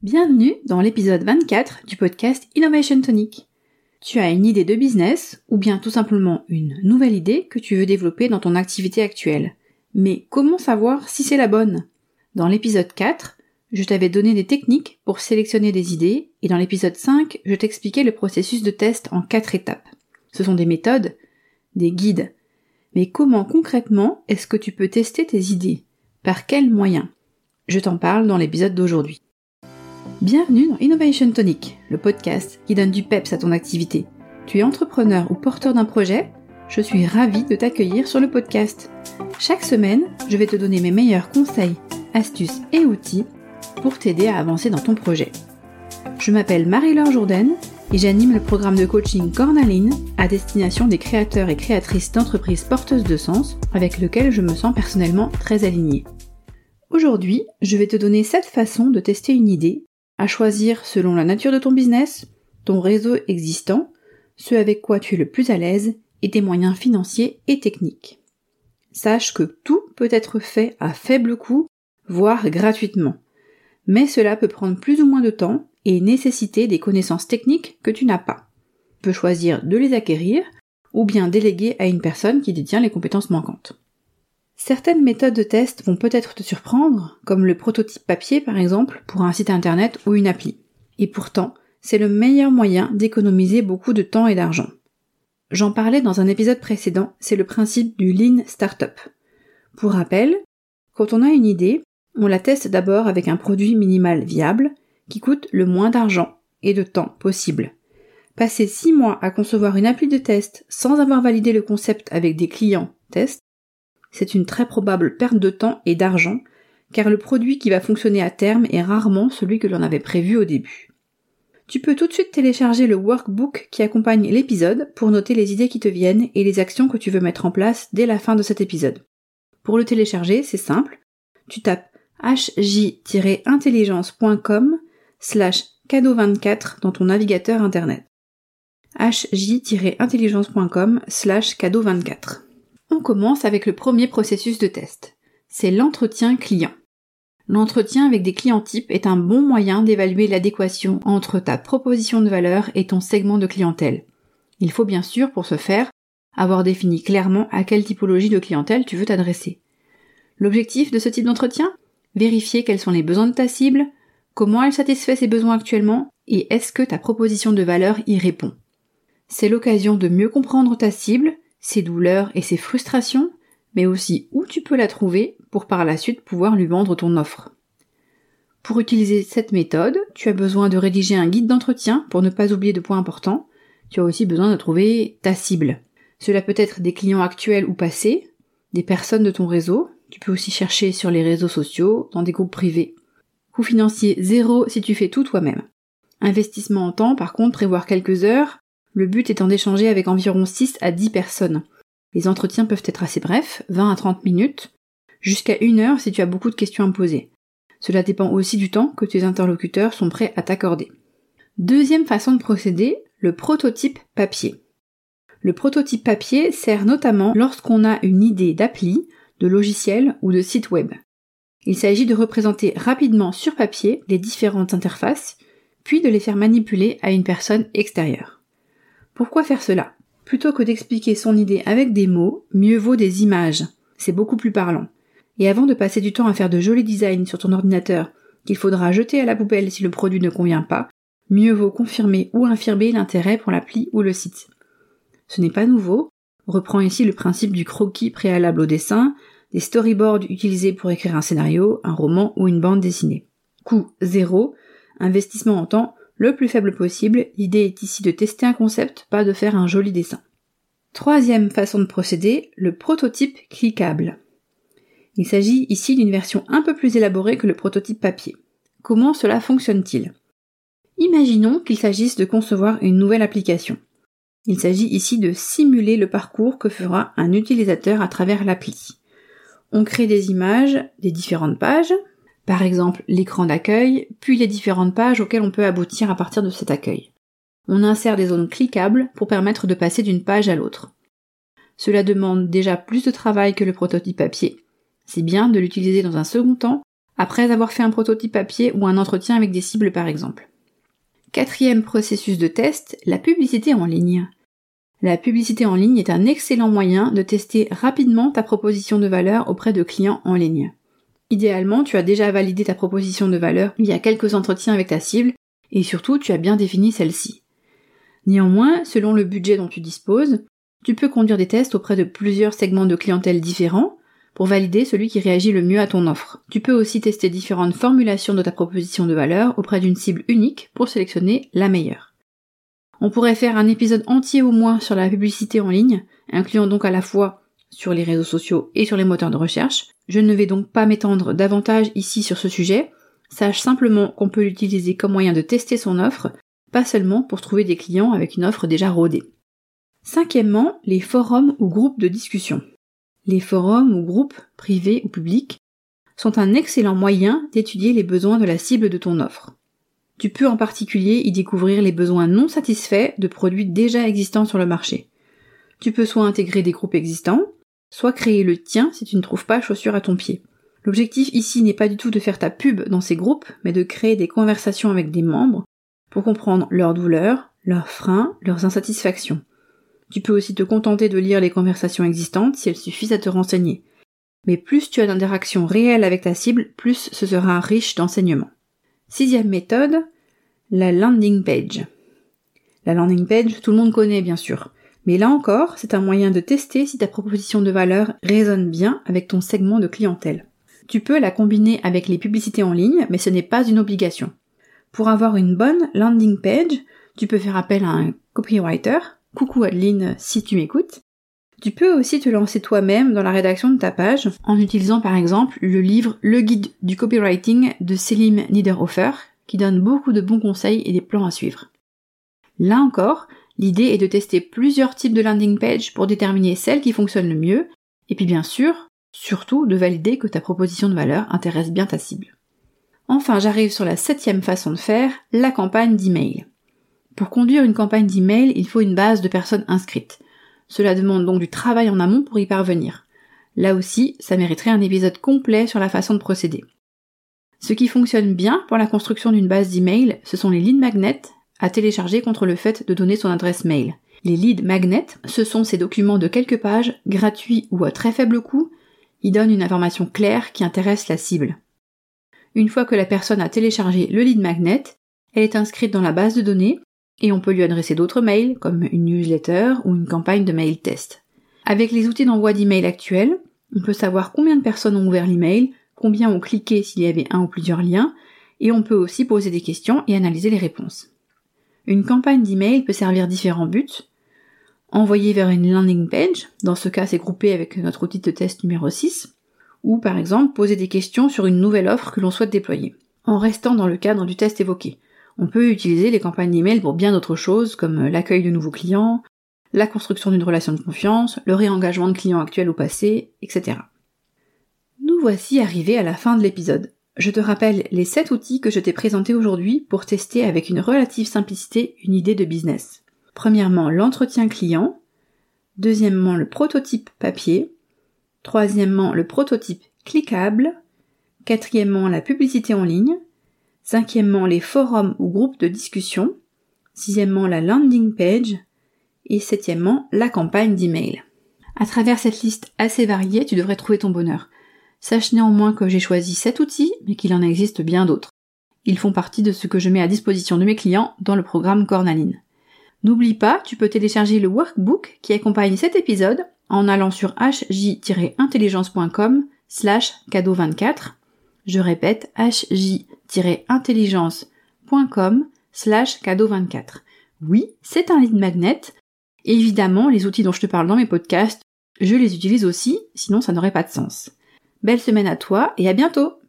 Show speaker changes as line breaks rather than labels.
Bienvenue dans l'épisode 24 du podcast Innovation Tonic. Tu as une idée de business ou bien tout simplement une nouvelle idée que tu veux développer dans ton activité actuelle. Mais comment savoir si c'est la bonne ? Dans l'épisode 4, je t'avais donné des techniques pour sélectionner des idées et dans l'épisode 5, je t'expliquais le processus de test en 4 étapes. Ce sont des méthodes, des guides. Mais comment concrètement est-ce que tu peux tester tes idées ? Par quels moyens ? Je t'en parle dans l'épisode d'aujourd'hui. Bienvenue dans Innovation Tonic, le podcast qui donne du peps à ton activité. Tu es entrepreneur ou porteur d'un projet ? Je suis ravie de t'accueillir sur le podcast. Chaque semaine, je vais te donner mes meilleurs conseils, astuces et outils pour t'aider à avancer dans ton projet. Je m'appelle Marie-Laure Jourdain et j'anime le programme de coaching Cornaline à destination des créateurs et créatrices d'entreprises porteuses de sens avec lequel je me sens personnellement très alignée. Aujourd'hui, je vais te donner 7 façons de tester une idée à choisir selon la nature de ton business, ton réseau existant, ce avec quoi tu es le plus à l'aise et tes moyens financiers et techniques. Sache que tout peut être fait à faible coût, voire gratuitement. Mais cela peut prendre plus ou moins de temps et nécessiter des connaissances techniques que tu n'as pas. Tu peux choisir de les acquérir ou bien déléguer à une personne qui détient les compétences manquantes. Certaines méthodes de test vont peut-être te surprendre, comme le prototype papier par exemple, pour un site internet ou une appli. Et pourtant, c'est le meilleur moyen d'économiser beaucoup de temps et d'argent. J'en parlais dans un épisode précédent, c'est le principe du Lean Startup. Pour rappel, quand on a une idée, on la teste d'abord avec un produit minimal viable, qui coûte le moins d'argent et de temps possible. Passer 6 mois à concevoir une appli de test sans avoir validé le concept avec des clients test, c'est une très probable perte de temps et d'argent, car le produit qui va fonctionner à terme est rarement celui que l'on avait prévu au début. Tu peux tout de suite télécharger le workbook qui accompagne l'épisode pour noter les idées qui te viennent et les actions que tu veux mettre en place dès la fin de cet épisode. Pour le télécharger, c'est simple, tu tapes hj-intelligence.com/cadeau24 dans ton navigateur internet. hj-intelligence.com/cadeau24. On commence avec le premier processus de test. C'est l'entretien client. L'entretien avec des clients types est un bon moyen d'évaluer l'adéquation entre ta proposition de valeur et ton segment de clientèle. Il faut bien sûr, pour ce faire, avoir défini clairement à quelle typologie de clientèle tu veux t'adresser. L'objectif de ce type d'entretien ? Vérifier quels sont les besoins de ta cible, comment elle satisfait ses besoins actuellement et est-ce que ta proposition de valeur y répond. C'est l'occasion de mieux comprendre ta cible, ses douleurs et ses frustrations, mais aussi où tu peux la trouver pour par la suite pouvoir lui vendre ton offre. Pour utiliser cette méthode, tu as besoin de rédiger un guide d'entretien pour ne pas oublier de points importants. Tu as aussi besoin de trouver ta cible. Cela peut être des clients actuels ou passés, des personnes de ton réseau. Tu peux aussi chercher sur les réseaux sociaux, dans des groupes privés. Coût financier 0 si tu fais tout toi-même. Investissement en temps, par contre, prévoir quelques heures, le but étant d'échanger avec environ 6 à 10 personnes. Les entretiens peuvent être assez brefs, 20 à 30 minutes, jusqu'à 1 heure si tu as beaucoup de questions à me poser. Cela dépend aussi du temps que tes interlocuteurs sont prêts à t'accorder. Deuxième façon de procéder, le prototype papier. Le prototype papier sert notamment lorsqu'on a une idée d'appli, de logiciel ou de site web. Il s'agit de représenter rapidement sur papier les différentes interfaces, puis de les faire manipuler à une personne extérieure. Pourquoi faire cela ? Plutôt que d'expliquer son idée avec des mots, mieux vaut des images. C'est beaucoup plus parlant. Et avant de passer du temps à faire de jolis designs sur ton ordinateur, qu'il faudra jeter à la poubelle si le produit ne convient pas, mieux vaut confirmer ou infirmer l'intérêt pour l'appli ou le site. Ce n'est pas nouveau. On reprend ici le principe du croquis préalable au dessin, des storyboards utilisés pour écrire un scénario, un roman ou une bande dessinée. Coût 0, investissement en temps le plus faible possible, l'idée est ici de tester un concept, pas de faire un joli dessin. Troisième façon de procéder, le prototype cliquable. Il s'agit ici d'une version un peu plus élaborée que le prototype papier. Comment cela fonctionne-t-il ? Imaginons qu'il s'agisse de concevoir une nouvelle application. Il s'agit ici de simuler le parcours que fera un utilisateur à travers l'appli. On crée des images des différentes pages, par exemple l'écran d'accueil, puis les différentes pages auxquelles on peut aboutir à partir de cet accueil. On insère des zones cliquables pour permettre de passer d'une page à l'autre. Cela demande déjà plus de travail que le prototype papier. C'est bien de l'utiliser dans un second temps après avoir fait un prototype papier ou un entretien avec des cibles par exemple. 4e processus de test, la publicité en ligne. La publicité en ligne est un excellent moyen de tester rapidement ta proposition de valeur auprès de clients en ligne. Idéalement, tu as déjà validé ta proposition de valeur via quelques entretiens avec ta cible et surtout tu as bien défini celle-ci. Néanmoins, selon le budget dont tu disposes, tu peux conduire des tests auprès de plusieurs segments de clientèle différents pour valider celui qui réagit le mieux à ton offre. Tu peux aussi tester différentes formulations de ta proposition de valeur auprès d'une cible unique pour sélectionner la meilleure. On pourrait faire un épisode entier au moins sur la publicité en ligne, incluant donc à la fois sur les réseaux sociaux et sur les moteurs de recherche. Je ne vais donc pas m'étendre davantage ici sur ce sujet. Sache simplement qu'on peut l'utiliser comme moyen de tester son offre, pas seulement pour trouver des clients avec une offre déjà rodée. 5e, les forums ou groupes de discussion. Les forums ou groupes, privés ou publics, sont un excellent moyen d'étudier les besoins de la cible de ton offre. Tu peux en particulier y découvrir les besoins non satisfaits de produits déjà existants sur le marché. Tu peux soit intégrer des groupes existants, soit créer le tien si tu ne trouves pas chaussure à ton pied. L'objectif ici n'est pas du tout de faire ta pub dans ces groupes, mais de créer des conversations avec des membres pour comprendre leurs douleurs, leurs freins, leurs insatisfactions. Tu peux aussi te contenter de lire les conversations existantes si elles suffisent à te renseigner. Mais plus tu as d'interactions réelles avec ta cible, plus ce sera riche d'enseignements. 6e méthode, la landing page. La landing page, tout le monde connaît bien sûr. Mais là encore, c'est un moyen de tester si ta proposition de valeur résonne bien avec ton segment de clientèle. Tu peux la combiner avec les publicités en ligne, mais ce n'est pas une obligation. Pour avoir une bonne landing page, tu peux faire appel à un copywriter. Coucou Adeline, si tu m'écoutes. Tu peux aussi te lancer toi-même dans la rédaction de ta page en utilisant par exemple le livre Le guide du copywriting de Selim Niederhofer qui donne beaucoup de bons conseils et des plans à suivre. Là encore, l'idée est de tester plusieurs types de landing page pour déterminer celle qui fonctionne le mieux et puis bien sûr, surtout de valider que ta proposition de valeur intéresse bien ta cible. Enfin, j'arrive sur la 7e façon de faire, la campagne d'email. Pour conduire une campagne d'email, il faut une base de personnes inscrites. Cela demande donc du travail en amont pour y parvenir. Là aussi, ça mériterait un épisode complet sur la façon de procéder. Ce qui fonctionne bien pour la construction d'une base d'email, ce sont les lead magnets à télécharger contre le fait de donner son adresse mail. Les lead magnets, ce sont ces documents de quelques pages, gratuits ou à très faible coût. Ils donnent une information claire qui intéresse la cible. Une fois que la personne a téléchargé le lead magnet, elle est inscrite dans la base de données et on peut lui adresser d'autres mails, comme une newsletter ou une campagne de mail test. Avec les outils d'envoi d'email actuels, on peut savoir combien de personnes ont ouvert l'email, combien ont cliqué s'il y avait un ou plusieurs liens, et on peut aussi poser des questions et analyser les réponses. Une campagne d'email peut servir différents buts. Envoyer vers une landing page, dans ce cas c'est groupé avec notre outil de test numéro 6, ou par exemple poser des questions sur une nouvelle offre que l'on souhaite déployer, en restant dans le cadre du test évoqué. On peut utiliser les campagnes d'email pour bien d'autres choses, comme l'accueil de nouveaux clients, la construction d'une relation de confiance, le réengagement de clients actuels ou passés, etc. Nous voici arrivés à la fin de l'épisode. Je te rappelle les 7 outils que je t'ai présentés aujourd'hui pour tester avec une relative simplicité une idée de business. Premièrement, l'entretien client. Deuxièmement, le prototype papier. Troisièmement, le prototype cliquable. Quatrièmement, la publicité en ligne. Cinquièmement, les forums ou groupes de discussion. Sixièmement, la landing page. Et septièmement, la campagne d'email. À travers cette liste assez variée, tu devrais trouver ton bonheur. Sache néanmoins que j'ai choisi 7 outils, mais qu'il en existe bien d'autres. Ils font partie de ce que je mets à disposition de mes clients dans le programme Cornaline. N'oublie pas, tu peux télécharger le workbook qui accompagne cet épisode en allant sur hj-intelligence.com/cadeau24. Je répète, hj-intelligence.com/cadeau24. Oui, c'est un lead magnet. Évidemment, les outils dont je te parle dans mes podcasts, je les utilise aussi, sinon ça n'aurait pas de sens. Belle semaine à toi et à bientôt!